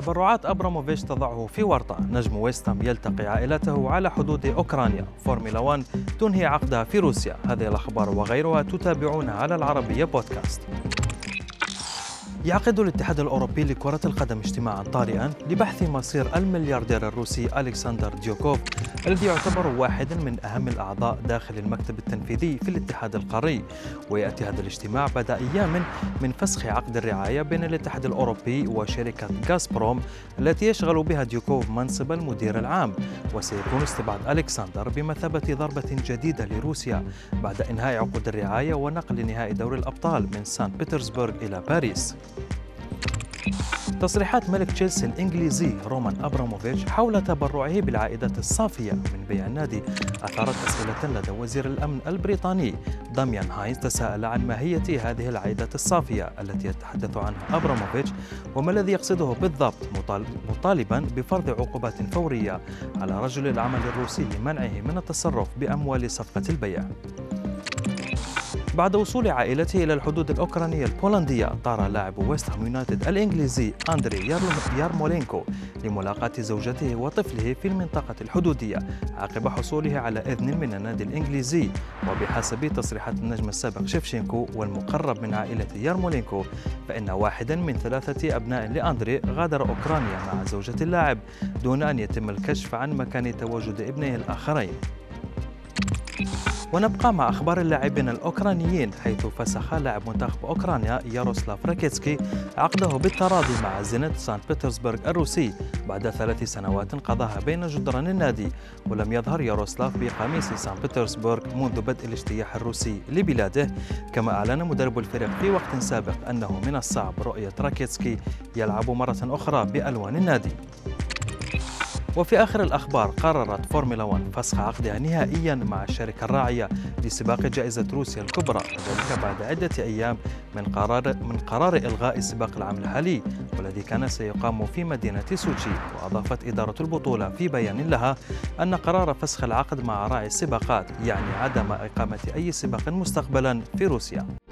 تبرعات أبراموفيتش تضعه في ورطة. نجم ويستام يلتقي عائلته على حدود أوكرانيا. فورمولا 1 تنهي عقدها في روسيا. هذه الأخبار وغيرها تتابعونها على العربية بودكاست. يعقد الاتحاد الأوروبي لكرة القدم اجتماعاً طارئاً لبحث مصير الملياردير الروسي ألكسندر ديوكوف، الذي يعتبر واحداً من أهم الأعضاء داخل المكتب التنفيذي في الاتحاد القاري. ويأتي هذا الاجتماع بعد أيام من فسخ عقد الرعاية بين الاتحاد الأوروبي وشركة غازبروم التي يشغل بها ديوكوف منصب المدير العام. وسيكون استبعاد ألكسندر بمثابة ضربة جديدة لروسيا بعد إنهاء عقود الرعاية ونقل نهائي دوري الأبطال من سان بطرسبرغ إلى باريس. تصريحات ملك تشيلسي الإنجليزي رومان أبراموفيتش حول تبرعه بالعائدات الصافية من بيع النادي أثارت أسئلة لدى وزير الأمن البريطاني. داميان هاينز تساءل عن ماهية هذه العائدات الصافية التي يتحدث عنها أبراموفيتش وما الذي يقصده بالضبط، مطالبا بفرض عقوبات فورية على رجل الأعمال الروسي لمنعه من التصرف بأموال صفقة البيع. بعد وصول عائلته إلى الحدود الأوكرانية البولندية، طار لاعب ويست هام يونايتد الإنجليزي أندري يارمولينكو لملاقاة زوجته وطفله في المنطقة الحدودية عقب حصوله على إذن من النادي الإنجليزي. وبحسب تصريحات النجم السابق شيفشينكو والمقرب من عائلة يارمولينكو، فإن واحدا من 3 أبناء لأندري غادر أوكرانيا مع زوجة اللاعب دون أن يتم الكشف عن مكان تواجد ابنيه الآخرين. ونبقى مع أخبار اللاعبين الأوكرانيين، حيث فسخ لاعب منتخب أوكرانيا ياروسلاف راكيتسكي عقده بالتراضي مع زينت سان بطرسبرغ الروسي بعد 3 سنوات قضاها بين جدران النادي. ولم يظهر ياروسلاف بقميص سان بطرسبرغ منذ بدء الاجتياح الروسي لبلاده. كما أعلن مدرب الفريق في وقت سابق أنه من الصعب رؤية راكيتسكي يلعب مرة أخرى بألوان النادي. وفي آخر الأخبار، قررت فورمولا 1 فسخ عقدها نهائياً مع الشركة الراعية لسباق جائزة روسيا الكبرى، وذلك بعد عدة أيام من قرار إلغاء السباق العام الحالي والذي كان سيقام في مدينة سوتشي. وأضافت إدارة البطولة في بيان لها أن قرار فسخ العقد مع راعي السباقات يعني عدم إقامة أي سباق مستقبلاً في روسيا.